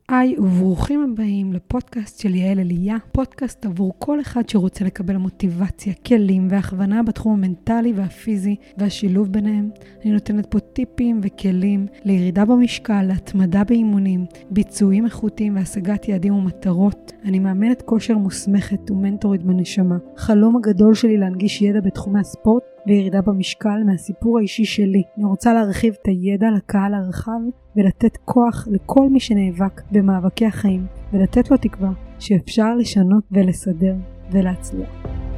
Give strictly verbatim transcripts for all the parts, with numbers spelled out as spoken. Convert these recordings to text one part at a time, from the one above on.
היי וברוכים הבאים לפודקאסט של יעל אליה, פודקאסט עבור כל אחד שרוצה לקבל מוטיבציה, כלים והכוונה בתחום המנטלי והפיזי והשילוב ביניהם. אני נותנת פה טיפים וכלים לירידה במשקל, להתמדה באימונים, ביצועים איכותיים והשגת יעדים ומטרות. אני מאמנת כושר מוסמכת ומנטורית בנשמה. חלום הגדול שלי להנגיש ידע בתחומי הספורט וירידה במשקל מהסיפור האישי שלי. אני רוצה להרחיב את הידע לקהל הרחב ולתת כוח לכל מי שנאבק במאבקי החיים ולתת לו תקווה שאפשר לשנות ולסדר ולהצליח.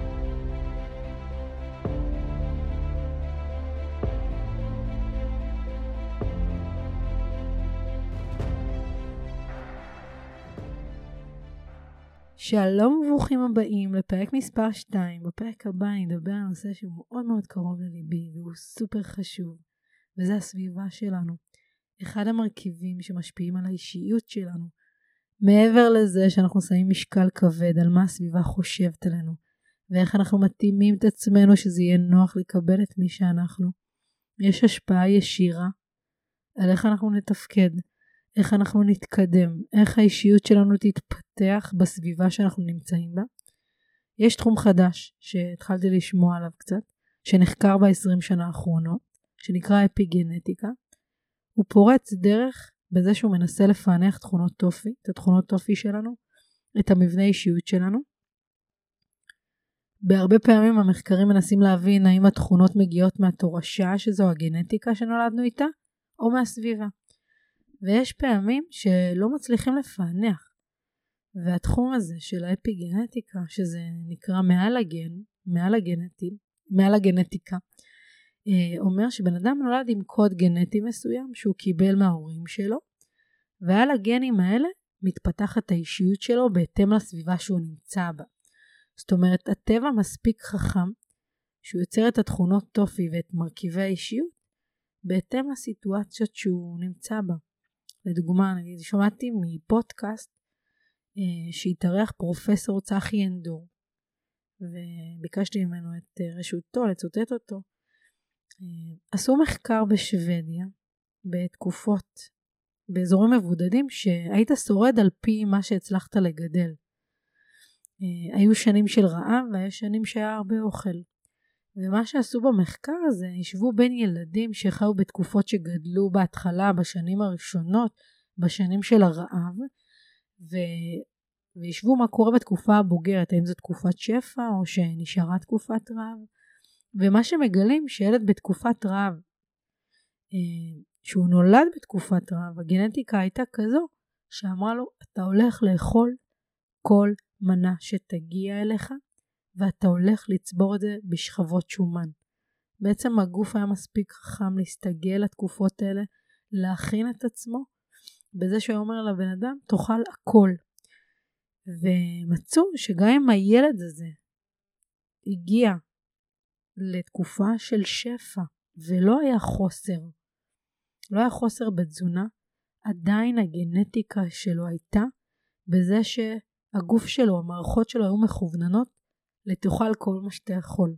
שלום וברוכים הבאים לפרק מספר שתיים. בפרק הבא אני אדבר על נושא שהוא מאוד מאוד קרוב לליבי והוא סופר חשוב, וזה הסביבה שלנו. אחד המרכיבים שמשפיעים על האישיות שלנו. מעבר לזה שאנחנו שמים משקל כבד על מה הסביבה חושבת עלינו, ואיך אנחנו מתאימים את עצמנו שזה יהיה נוח לקבל את מי שאנחנו. יש השפעה ישירה על איך אנחנו נתפקד, איך אנחנו נתקדם, איך האישיות שלנו תתפתח בסביבה שאנחנו נמצאים בה. יש תחום חדש שהתחלתי לשמוע עליו קצת, שנחקר ב-עשרים שנה האחרונות, שנקרא אפיגנטיקה. הוא פורץ דרך בזה שהוא מנסה לפענח תכונות טופי, את התכונות טופי שלנו, את המבנה אישיות שלנו. בהרבה פעמים המחקרים מנסים להבין האם התכונות מגיעות מהתורשה, שזו הגנטיקה שנולדנו איתה, או מהסביבה. ויש פעמים שלא מצליחים לפענח. והתחום הזה של האפיגנטיקה, שזה נקרא מעל הגן, מעל הגנטי, מעל הגנטיקה, אומר שבן אדם נולד עם קוד גנטי מסוים שהוא קיבל מההורים שלו, ועל הגנים האלה מתפתחת האישיות שלו בהתאם לסביבה שהוא נמצא בה. זאת אומרת, הטבע מספיק חכם שהוא יוצר את התכונות טופי ואת מרכיבי האישיות בהתאם לסיטואציות שהוא נמצא בה. לדוגמה, נגיד, שמעתי מפודקאסט אה, שהתארח פרופסור צחי אנדור, וביקשתי ממנו את רשותו לצוטט אותו. אה, עשו מחקר בשוודיה בתקופות, באזורים מבודדים, שהיית שורד על פי מה שהצלחת לגדל. אה, היו שנים של רעב והיו שנים שהיה הרבה אוכל. ומה שעשו במחקר הזה, ישבו בין ילדים שחיו בתקופות שגדלו בהתחלה, בשנים הראשונות, בשנים של הרעב, ו... וישבו מה קורה בתקופה הבוגרת, האם זו תקופת שפע או שנשארה תקופת רעב. ומה שמגלים שילד בתקופת רעב, שהוא נולד בתקופת רעב, הגנטיקה הייתה כזו, שאמרה לו, אתה הולך לאכול כל מנה שתגיע אליך, ואתה הולך לצבור את זה בשכבות שומן. בעצם הגוף היה מספיק חכם להסתגל לתקופות האלה, להכין את עצמו, בזה שהוא אומר לבן אדם, תאכל הכל. ומצאו שגם אם הילד הזה הגיע לתקופה של שפע, ולא היה חוסר, לא היה חוסר בתזונה, עדיין הגנטיקה שלו הייתה, בזה שהגוף שלו, המערכות שלו היו מכווננות, לתאכל כל מה שאתה יכול.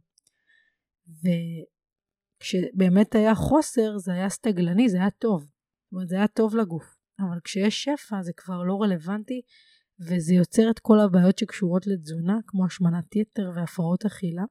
וכשבאמת היה חוסר, זה היה סטגלני, זה היה טוב. זאת אומרת, זה היה טוב לגוף. אבל כשיש שפע, זה כבר לא רלוונטי, וזה יוצר את כל הבעיות שקשורות לתזונה, כמו השמנת יתר והפרעות אכילה.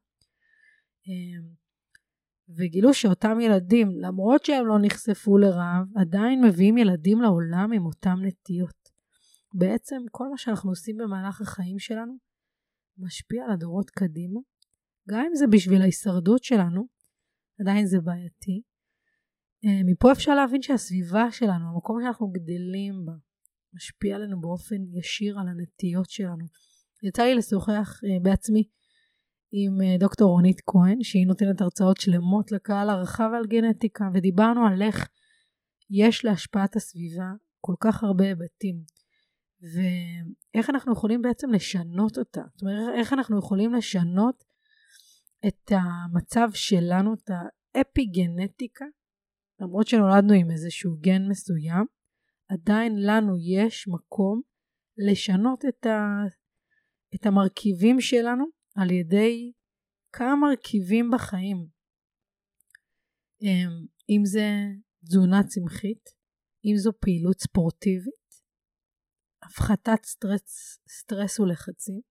וגילו שאותם ילדים, למרות שהם לא נחשפו לרעב, עדיין מביאים ילדים לעולם עם אותם נטיות. בעצם כל מה שאנחנו עושים במהלך החיים שלנו, משפיע על הדורות קדימה, גם אם זה בשביל ההישרדות שלנו, עדיין זה בעייתי. מפה אפשר להבין שהסביבה שלנו, המקום שאנחנו גדלים בה, משפיע עלינו באופן ישיר על הנטיות שלנו. יצא לי לשוחח בעצמי עם דוקטור רונית כהן, שהיא נותנת הרצאות שלמות לקהל הרחב על גנטיקה, ודיברנו על איך יש להשפעת הסביבה כל כך הרבה היבטים. ואיך אנחנו יכולים בעצם לשנות אותה. זאת אומרת, איך אנחנו יכולים לשנות את המצב שלנו, את האפיגנטיקה, למרות שנולדנו עם איזשהו גן מסוים, עדיין לנו יש מקום לשנות את, ה, את המרכיבים שלנו על ידי כמה מרכיבים בחיים. אם זה תזונה צמחית, אם זו פעילות ספורטיבית, הפחתת סטרס, סטרס ולחצים,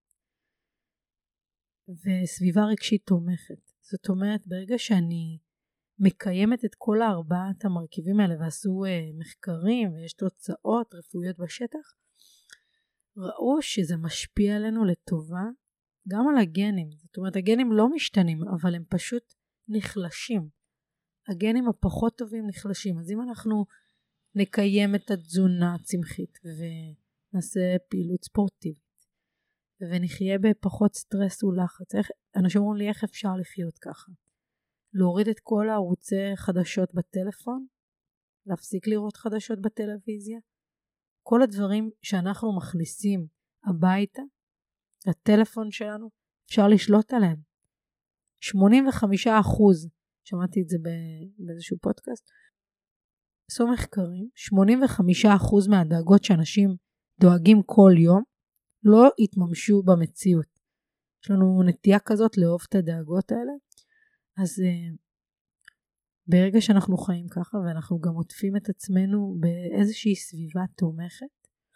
וסביבה רגשית תומכת. זאת אומרת, ברגע שאני מקיימת את כל הארבעת המרכיבים האלה, ועשו uh, מחקרים ויש תוצאות רפואיות בשטח, ראו שזה משפיע עלינו לטובה, גם על הגנים. זאת אומרת, הגנים לא משתנים, אבל הם פשוט נחלשים. הגנים הפחות טובים נחלשים. אז אם אנחנו נקיים את התזונה הצמחית, ונעשה פעילות ספורטיבית, ונחיה בפחות סטרס ולחץ, איך, אנשים אומרים לי איך אפשר לחיות ככה? להוריד את כל הערוצי חדשות בטלפון, להפסיק לראות חדשות בטלוויזיה, כל הדברים שאנחנו מכניסים הביתה, לטלפון שלנו, אפשר לשלוט עליהם. שמונים וחמישה אחוז, שמעתי את זה באיזשהו פודקאסט, עשו מחקרים, שמונים וחמישה אחוז מהדאגות שאנשים דואגים כל יום, לא התממשו במציאות. יש לנו נטייה כזאת לאהוב את הדאגות האלה, אז uh, ברגע שאנחנו חיים ככה, ואנחנו גם עוטפים את עצמנו באיזושהי סביבה תומכת,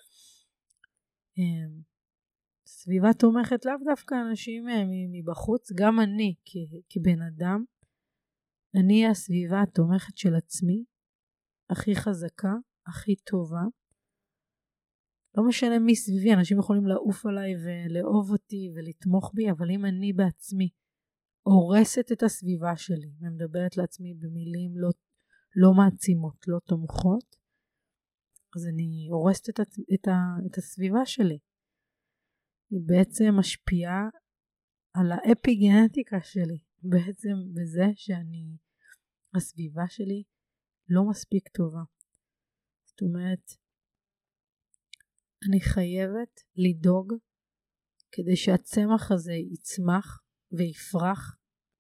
uh, סביבה תומכת לאו דווקא אנשים uh, מבחוץ, גם אני כ- כבן אדם, אני הסביבה התומכת של עצמי, הכי חזקה, הכי טובה, לא משנה מי סביבי, אנשים יכולים לעוף עליי ולאהוב אותי ולתמוך בי, אבל אם אני בעצמי הורסת את הסביבה שלי, ומדברת לעצמי במילים לא, לא מעצימות, לא תומכות, אז אני הורסת את, את, את הסביבה שלי. היא בעצם משפיעה על האפיגנטיקה שלי, בעצם בזה שאני, הסביבה שלי לא מספיק טובה. זאת אומרת, אני חייבת לדאוג כדי שהצמח הזה יצמח ויפרח,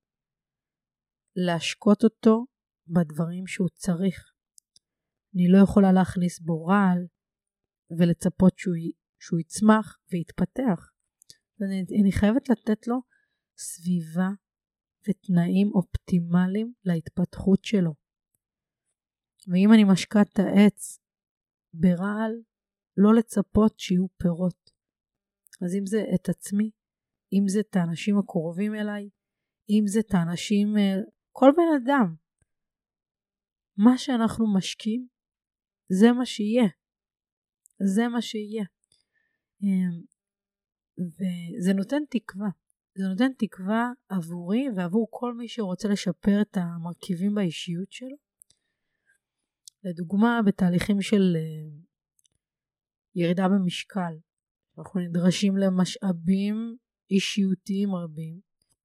להשקות אותו בדברים שהוא צריך. אני לא יכולה להכניס בו רעל ולצפות שהוא, שהוא יצמח ויתפתח. אני, אני חייבת לתת לו סביבה ותנאים אופטימליים להתפתחות שלו. ואם אני משקה את העץ ברעל, לא לצפות שיהיו פירות. אז אם זה את עצמי, אם זה את האנשים הקרובים אליי, אם זה את האנשים, כל בן אדם, מה שאנחנו משקים, זה מה שיהיה. זה מה שיהיה. וזה נותן תקווה. זה נותן תקווה עבורי ועבור כל מי שרוצה לשפר את המרכיבים באישיות שלו. לדוגמה, בתהליכים של ירידה במשקל, אנחנו נדרשים למשאבים אישיותיים רבים.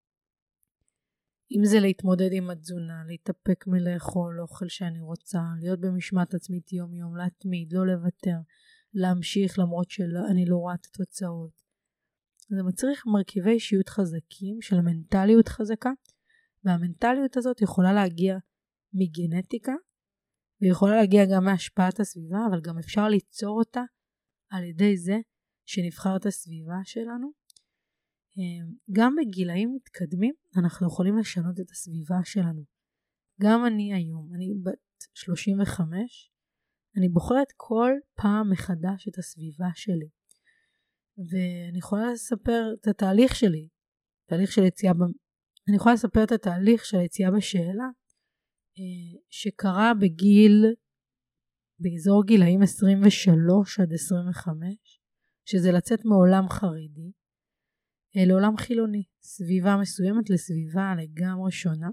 אם זה להתמודד עם התזונה, להתאפק מלאכול אוכל שאני רוצה, להיות במשמעת עצמית יום יום, להתמיד, לא לוותר, להמשיך למרות שאני לא רואה את התוצאות. זה מצריך מרכיבי אישיות חזקים של מנטליות חזקה, והמנטליות הזאת יכולה להגיע מגנטיקה, ויכולה להגיע גם מהשפעת הסביבה, אבל גם אפשר ליצור אותה על ידי זה שנבחר את הסביבה שלנו. גם בגילאים מתקדמים אנחנו יכולים לשנות את הסביבה שלנו. גם אני היום, אני בת שלושים וחמש, אני בוחרת כל פעם מחדש את הסביבה שלי. ואני יכולה לספר את התהליך שלי, תהליך של יציאה, ב... אני יכולה לספר את התהליך של יציאה בשאלה, שקרה בגיל, באזור גילאים עשרים ושלוש עד עשרים וחמש, שזה לצאת מעולם חרדי, לעולם חילוני, סביבה מסוימת לסביבה לגמרי שונה,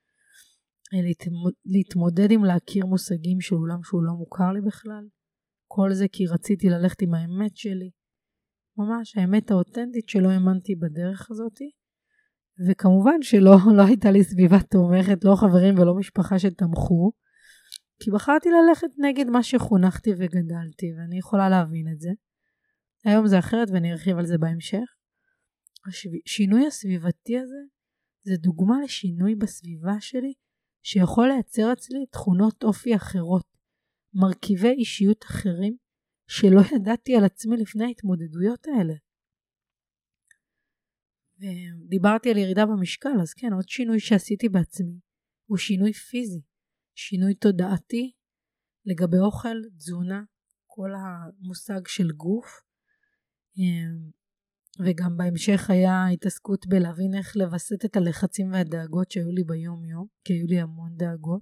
להתמודד עם להכיר מושגים של עולם שהוא לא מוכר לי בכלל, כל זה כי רציתי ללכת עם האמת שלי, ממש האמת האותנטית שלא האמנתי בדרך הזאת, וכמובן שלא לא הייתה לי סביבה תומכת, לא חברים ולא משפחה שתמכו, כי בחרתי ללכת נגד מה שחונכתי וגדלתי, ואני יכולה להבין את זה. היום זה אחרת ואני ארחיב על זה בהמשך. השינוי הסביבתי הזה, זה דוגמה לשינוי בסביבה שלי, שיכול לייצר אצלי תכונות אופי אחרות, מרכיבי אישיות אחרים, שלא ידעתי על עצמי לפני ההתמודדויות האלה. ודיברתי על ירידה במשקל, אז כן, עוד שינוי שעשיתי בעצמי, הוא שינוי פיזי, שינוי תודעתי, לגבי אוכל, תזונה, כל המושג של גוף, וגם בהמשך היה התעסקות בלהבין איך לבסט את הלחצים והדאגות שהיו לי ביום יום, כי היו לי המון דאגות.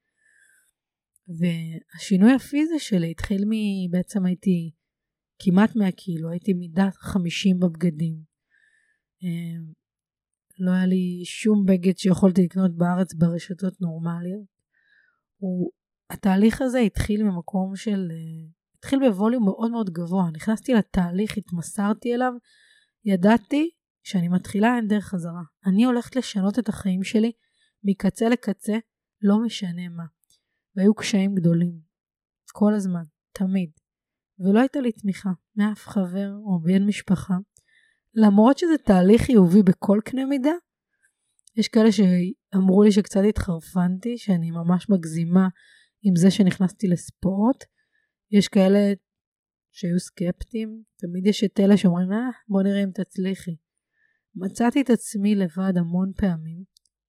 והשינוי הפיזי שלי התחיל מבעצם הייתי כמעט מאה קילו, הייתי מידת חמישים בבגדים. לא היה לי שום בגד שיכולתי לקנות בארץ ברשתות נורמליות. התהליך הזה התחיל ממקום של, התחיל בווליום מאוד מאוד גבוה. נכנסתי לתהליך, התמסרתי אליו, ידעתי שאני מתחילה אין דרך חזרה. אני הולכת לשנות את החיים שלי מקצה לקצה, לא משנה מה. והיו קשיים גדולים, כל הזמן, תמיד. ולא הייתה לי תמיכה מאף חבר או בן משפחה. למרות שזה תהליך חיובי בכל קנה מידה, יש כאלה שאמרו לי שקצת התחרפנתי, שאני ממש מגזימה עם זה שנכנסתי לספורט. יש כאלה שהיו סקפטיים, תמיד יש את אלה שאומרים, אה, בוא נראה אם תצליחי. מצאתי את עצמי לבד המון פעמים,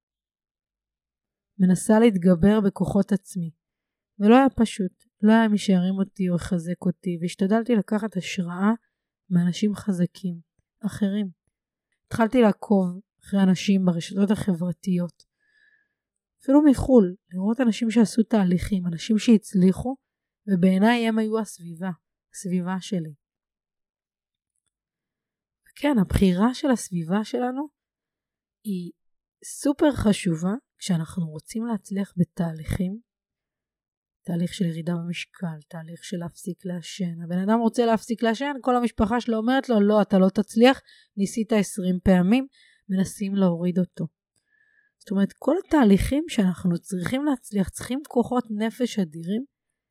מנסה להתגבר בכוחות עצמי, ולא היה פשוט, לא היה מי שירים אותי או יחזק אותי, והשתדלתי לקחת השראה מאנשים חזקים, אחרים. התחלתי לעקוב אחרי אנשים ברשתות החברתיות, אפילו מחול, לראות אנשים שעשו תהליכים, אנשים שהצליחו, ובעיניי הם היו הסביבה, הסביבה שלי. כן, הבחירה של הסביבה שלנו היא סופר חשובה כשאנחנו רוצים להצליח בתהליכים, תהליך של ירידה במשקל, תהליך של להפסיק לעשן. הבן אדם רוצה להפסיק לעשן, כל המשפחה שלו אומרת לו, לא, אתה לא תצליח, ניסית עשרים פעמים, מנסים להוריד אותו. זאת אומרת, כל התהליכים שאנחנו צריכים להצליח, צריכים כוחות נפש אדירים,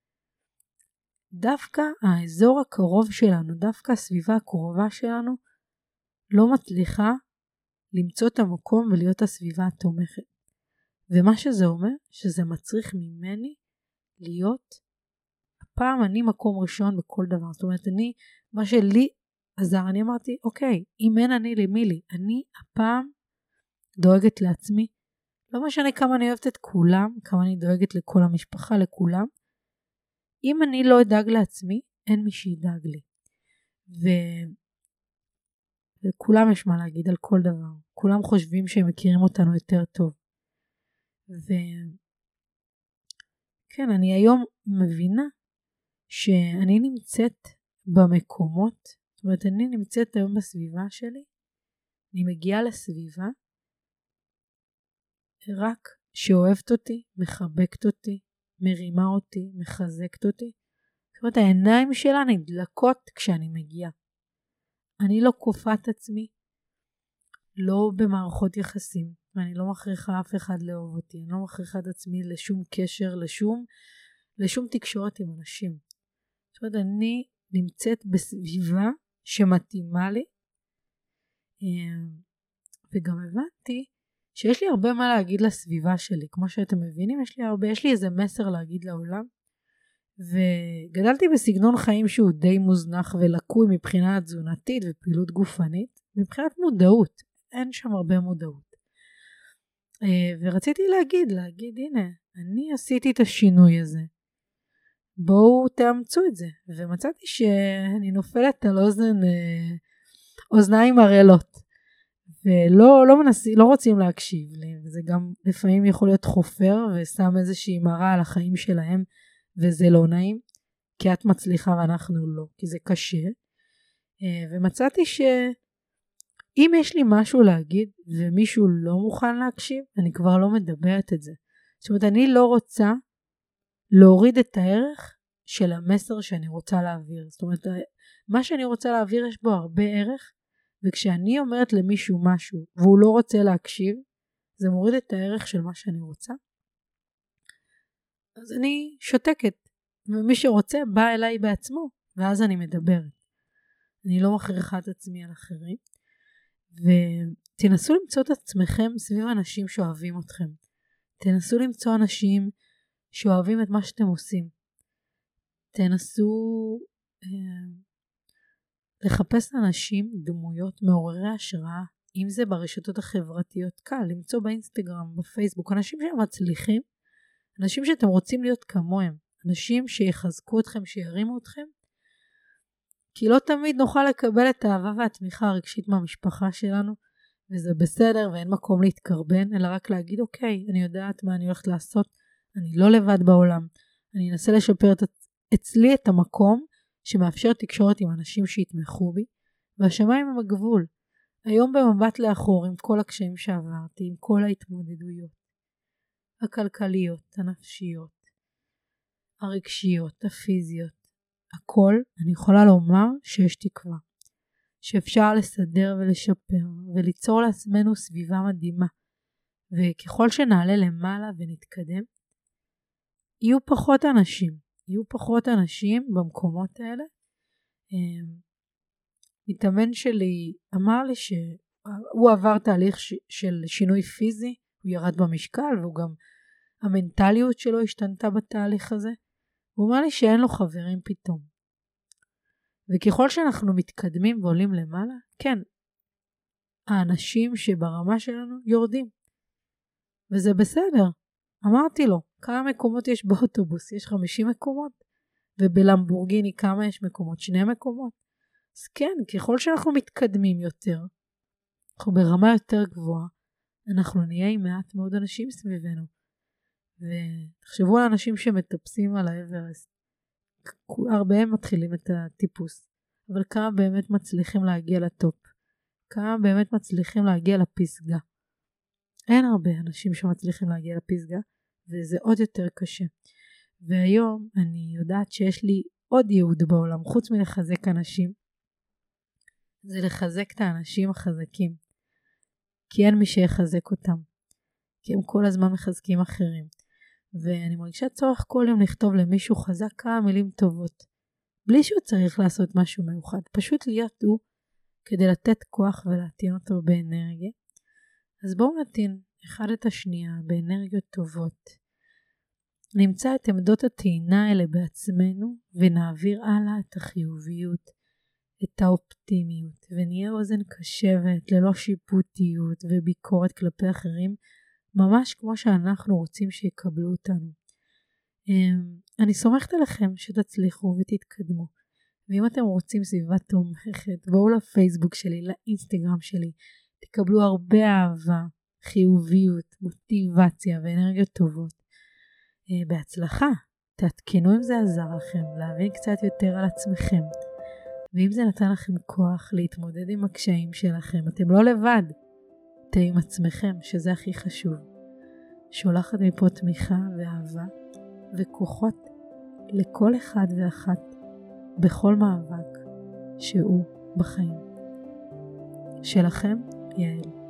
דווקא האזור הקרוב שלנו, דווקא הסביבה הקרובה שלנו, לא מצליחה למצוא את המקום ולהיות הסביבה התומכת. ומה שזה אומר, שזה מצריך ממני להיות, הפעם אני מקום ראשון בכל דבר. זאת אומרת, אני, מה שלי עזר, אני אמרתי, אוקיי, אם אין אני למי לי, אני הפעם דואגת לעצמי. לא משנה כמה אני אוהבת את כולם, כמה אני דואגת לכל המשפחה, לכולם. אם אני לא אדאג לעצמי, אין מי שידאג לי. ו... וכולם יש מה להגיד על כל דבר. כולם חושבים שהם מכירים אותנו יותר טוב. וכן, אני היום מבינה שאני נמצאת במקומות, זאת אומרת, אני נמצאת היום בסביבה שלי, אני מגיעה לסביבה, רק שאוהבת אותי, מחבקת אותי, מרימה אותי, מחזקת אותי. זאת אומרת, העיניים שלה נדלקות כשאני מגיעה. אני לא כופה את עצמי, לא במערכות יחסים, ואני לא מכריחה אף אחד לאהוב אותי, אני לא מכריחה את עצמי לשום קשר, לשום, לשום תקשורת עם אנשים. זאת אומרת, אני נמצאת בסביבה שמתאימה לי, וגם הבנתי שיש לי הרבה מה להגיד לסביבה שלי, כמו שאתם מבינים, יש לי הרבה, יש לי איזה מסר להגיד לעולם, וגדלתי בסגנון חיים שהוא די מוזנח ולקוי מבחינה תזונתית ופעילות גופנית, מבחינת מודעות, אין שם הרבה מודעות. ורציתי להגיד, להגיד, הנה, אני עשיתי את השינוי הזה, בואו תאמצו את זה, ומצאתי שאני נופלת על אוזן, אוזניים ערלות, ולא לא מנסים, לא רוצים להקשיב לי, וזה גם לפעמים יכול להיות חופר, ושם איזושהי מראה על החיים שלהם, וזה לא נעים, כי את מצליחה ואנחנו לא, כי זה קשה. ומצאתי שאם יש לי משהו להגיד, ומישהו לא מוכן להקשיב, אני כבר לא מדברת את זה. זאת אומרת, אני לא רוצה להוריד את הערך של המסר שאני רוצה להעביר. זאת אומרת, מה שאני רוצה להעביר יש בו הרבה ערך, וכשאני אומרת למישהו משהו, והוא לא רוצה להקשיב, זה מוריד את הערך של מה שאני רוצה. אז אני שותקת, ומי שרוצה בא אליי בעצמו, ואז אני מדברת. אני לא מכריחה את עצמי על אחרים, ותנסו למצוא את עצמכם סביב אנשים שאוהבים אתכם. תנסו למצוא אנשים שאוהבים את מה שאתם עושים. תנסו אה, לחפש אנשים, דמויות, מעוררי השראה, אם זה ברשתות החברתיות, קל, למצוא באינסטגרם, בפייסבוק, אנשים שמצליחים, אנשים שאתם רוצים להיות כמוהם, אנשים שיחזקו אתכם, שירימו אתכם, כי לא תמיד נוכל לקבל את האהבה והתמיכה הרגשית מהמשפחה שלנו, וזה בסדר ואין מקום להתקרבן, אלא רק להגיד, אוקיי, אני יודעת מה אני הולכת לעשות, אני לא לבד בעולם, אני אנסה לשפר את, אצלי את המקום שמאפשר תקשורת עם אנשים שיתמכו בי, והשמיים הם הגבול. היום במבט לאחור, עם כל הקשיים שעברתי, עם כל ההתמודדויות, הכלכליות, הנפשיות, הרגשיות, הפיזיות, הכל, אני יכולה לומר שיש תקווה, שאפשר לסדר ולשפר, וליצור לעצמנו סביבה מדהימה, וככל שנעלה למעלה ונתקדם, יהיו פחות אנשים, יהיו פחות אנשים במקומות האלה. מתאמן שלי אמר לי שהוא עבר תהליך של שינוי פיזי, הוא ירד במשקל, והוא גם, המנטליות שלו השתנתה בתהליך הזה, הוא אמר לי שאין לו חברים פתאום. וככל שאנחנו מתקדמים ועולים למעלה, כן, האנשים שברמה שלנו יורדים. וזה בסדר. אמרתי לו, כמה מקומות יש באוטובוס? יש חמישים מקומות? ובלמבורגיני כמה יש מקומות? שני מקומות? אז כן, ככל שאנחנו מתקדמים יותר, אנחנו ברמה יותר גבוהה, אנחנו נהיה עם מעט מאוד אנשים סביבנו. ותחשבו על אנשים שמטפסים על האברסט. הרבה מתחילים את הטיפוס, אבל כמה באמת מצליחים להגיע לטופ? כמה באמת מצליחים להגיע לפסגה? אין הרבה אנשים שמצליחים להגיע לפסגה, וזה עוד יותר קשה. והיום אני יודעת שיש לי עוד ייעוד בעולם, חוץ מלחזק אנשים, זה לחזק את האנשים החזקים. כי אין מי שיחזק אותם. כי הם כל הזמן מחזקים אחרים. ואני מרגישה צורך כל יום לכתוב למישהו חזק כמה מילים טובות. בלי שהוא צריך לעשות משהו מיוחד. פשוט להיות הוא כדי לתת כוח ולהטעין אותו באנרגיה. אז בואו נטעין אחד את השנייה באנרגיות טובות. נמצא את עמדות הטעינה האלה בעצמנו ונעביר הלאה את החיוביות, את האופטימיות, ונהיה אוזן קשבת ללא שיפוטיות וביקורת כלפי אחרים, ממש כמו שאנחנו רוצים שיקבלו אותנו. אני סומכת עליכם שתצליחו ותתקדמו, ואם אתם רוצים סביבה תומכת, בואו לפייסבוק שלי, לאינסטגרם שלי, תקבלו הרבה אהבה, חיוביות, מוטיבציה ואנרגיות טובות. בהצלחה, תעדכנו אם זה עזר לכם, להבין קצת יותר על עצמכם, ואם זה נתן לכם כוח להתמודד עם הקשיים שלכם, אתם לא לבד, אתם עם עצמכם, שזה הכי חשוב. שולחת מפה תמיכה ואהבה וכוחות לכל אחד ואחת בכל מאבק שהוא בחיים. שלכם, יעל.